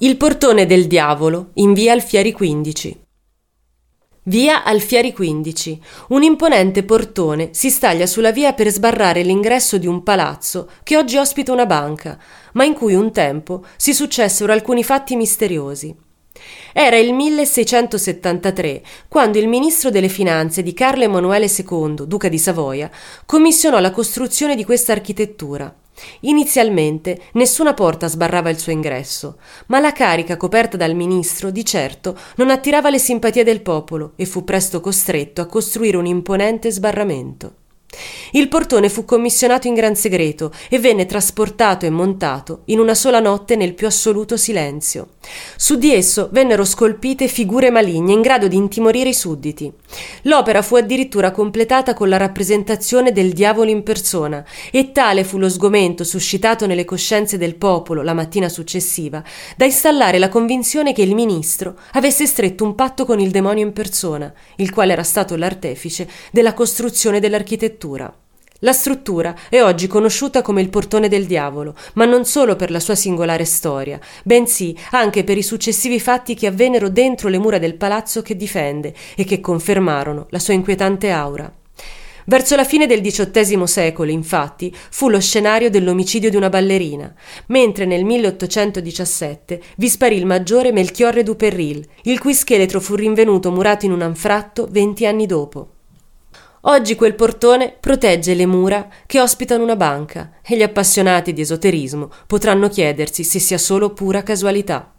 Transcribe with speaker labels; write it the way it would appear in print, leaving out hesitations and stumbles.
Speaker 1: Il portone del diavolo in via Alfieri 15. Via Alfieri 15. Un imponente portone si staglia sulla via per sbarrare l'ingresso di un palazzo che oggi ospita una banca, ma in cui un tempo si successero alcuni fatti misteriosi. Era il 1673, quando il ministro delle finanze di Carlo Emanuele II, duca di Savoia, commissionò la costruzione di questa architettura. Inizialmente nessuna porta sbarrava il suo ingresso, ma la carica coperta dal ministro di certo non attirava le simpatie del popolo e fu presto costretto a costruire un imponente sbarramento. Il portone fu commissionato in gran segreto e venne trasportato e montato in una sola notte nel più assoluto silenzio. Su di esso vennero scolpite figure maligne in grado di intimorire i sudditi. L'opera fu addirittura completata con la rappresentazione del diavolo in persona e tale fu lo sgomento suscitato nelle coscienze del popolo la mattina successiva da installare la convinzione che il ministro avesse stretto un patto con il demonio in persona, il quale era stato l'artefice della costruzione dell'architettura. La struttura è oggi conosciuta come il portone del diavolo, ma non solo per la sua singolare storia, bensì anche per i successivi fatti che avvennero dentro le mura del palazzo che difende e che confermarono la sua inquietante aura. Verso la fine del XVIII secolo, infatti, fu lo scenario dell'omicidio di una ballerina, mentre nel 1817 vi sparì il maggiore Melchiorre Duperril, il cui scheletro fu rinvenuto murato in un anfratto 20 anni dopo. Oggi quel portone protegge le mura che ospitano una banca e gli appassionati di esoterismo potranno chiedersi se sia solo pura casualità.